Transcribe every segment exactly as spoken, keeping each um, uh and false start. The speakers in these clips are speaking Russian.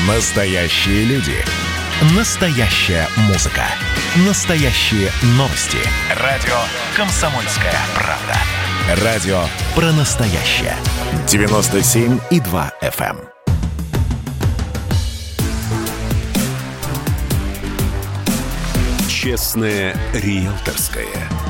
Настоящие люди. Настоящая музыка. Настоящие новости. Радио «Комсомольская правда». Радио про настоящее. девяносто семь и два эф эм. Честное риэлторское.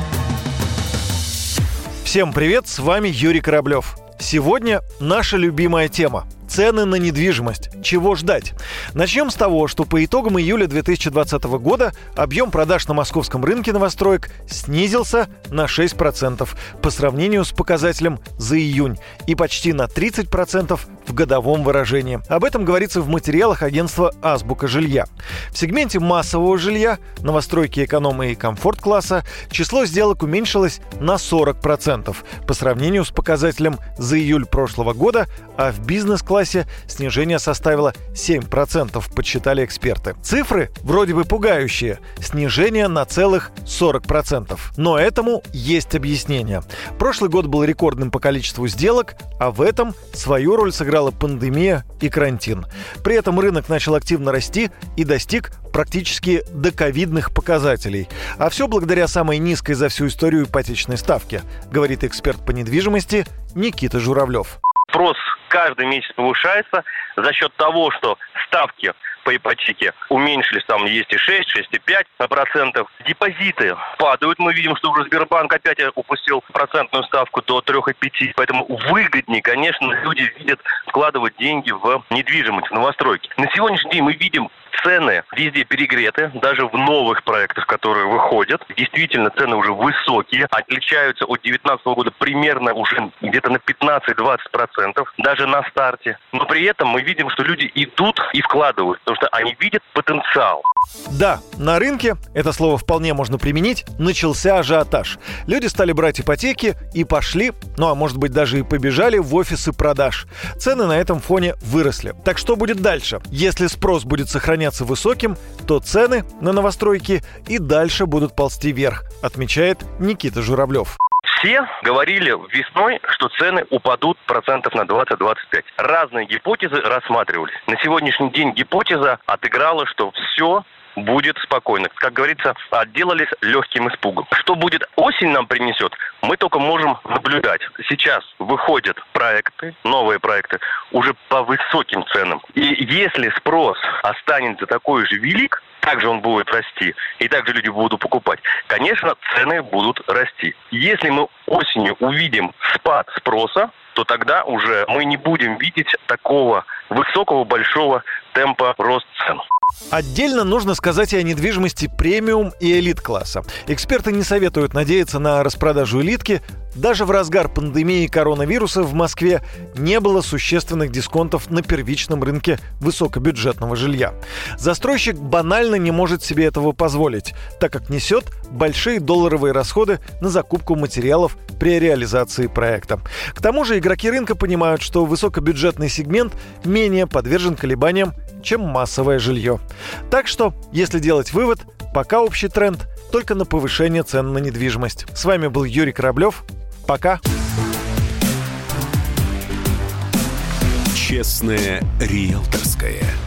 Всем привет, с вами Юрий Кораблев. Сегодня наша любимая тема – цены на недвижимость. Чего ждать? Начнем с того, что по итогам июля две тысячи двадцатого года объем продаж на московском рынке новостроек снизился на шесть процентов по сравнению с показателем за июнь и почти на тридцать процентов в годовом выражении. Об этом говорится в материалах агентства «Азбука жилья». В сегменте массового жилья, новостройки эконом- и комфорт-класса, число сделок уменьшилось на сорок процентов по сравнению с показателем за июль прошлого года, а в бизнес-классе снижение составило семь процентов, подсчитали эксперты. Цифры вроде бы пугающие. Снижение на целых сорок процентов. Но этому есть объяснение. Прошлый год был рекордным по количеству сделок, а в этом свою роль сыграла пандемия и карантин. При этом рынок начал активно расти и достиг практически доковидных показателей. А все благодаря самой низкой за всю историю ипотечной ставке, говорит эксперт по недвижимости Никита Журавлев. Спрос каждый месяц повышается за счет того, что ставки по ипотеке уменьшились, там есть и шесть, шесть и пять процентов. Депозиты падают. Мы видим, что уже Сбербанк опять упустил процентную ставку до три и пять. Поэтому выгоднее, конечно, люди видят вкладывать деньги в недвижимость, в новостройки. На сегодняшний день мы видим цены везде перегреты, даже в новых проектах, которые выходят. Действительно, цены уже высокие, отличаются от две тысячи девятнадцатого года примерно уже где-то на пятнадцать-двадцать процентов, даже на старте. Но при этом мы видим, что люди идут и вкладывают, потому что они видят потенциал. Да, на рынке, это слово вполне можно применить, начался ажиотаж. Люди стали брать ипотеки и пошли, ну а может быть даже и побежали в офисы продаж. Цены на этом фоне выросли. Так что будет дальше? Если спрос будет сохраняться высоким, то цены на новостройки и дальше будут ползти вверх, отмечает Никита Журавлев. Все говорили весной, что цены упадут процентов на двадцать-двадцать пять. Разные гипотезы рассматривались. На сегодняшний день гипотеза отыграла, что все будет спокойно. Как говорится, отделались легким испугом. Что будет осень нам принесет, мы только можем наблюдать. Сейчас выходят проекты, новые проекты, уже по высоким ценам. И если спрос останется такой же велик, также он будет расти, и также люди будут покупать, конечно, цены будут расти. Если мы осенью увидим спад спроса, то тогда уже мы не будем видеть такого высокого, большого темпа роста цен. Отдельно нужно сказать и о недвижимости премиум и элит-класса. Эксперты не советуют надеяться на распродажу элитки. Даже в разгар пандемии коронавируса в Москве не было существенных дисконтов на первичном рынке высокобюджетного жилья. Застройщик банально не может себе этого позволить, так как несет большие долларовые расходы на закупку материалов при реализации проекта. К тому же игроки рынка понимают, что высокобюджетный сегмент менее подвержен колебаниям, чем массовое жилье. Так что, если делать вывод, пока общий тренд только на повышение цен на недвижимость. С вами был Юрий Кораблев. Пока. Честное риэлторское.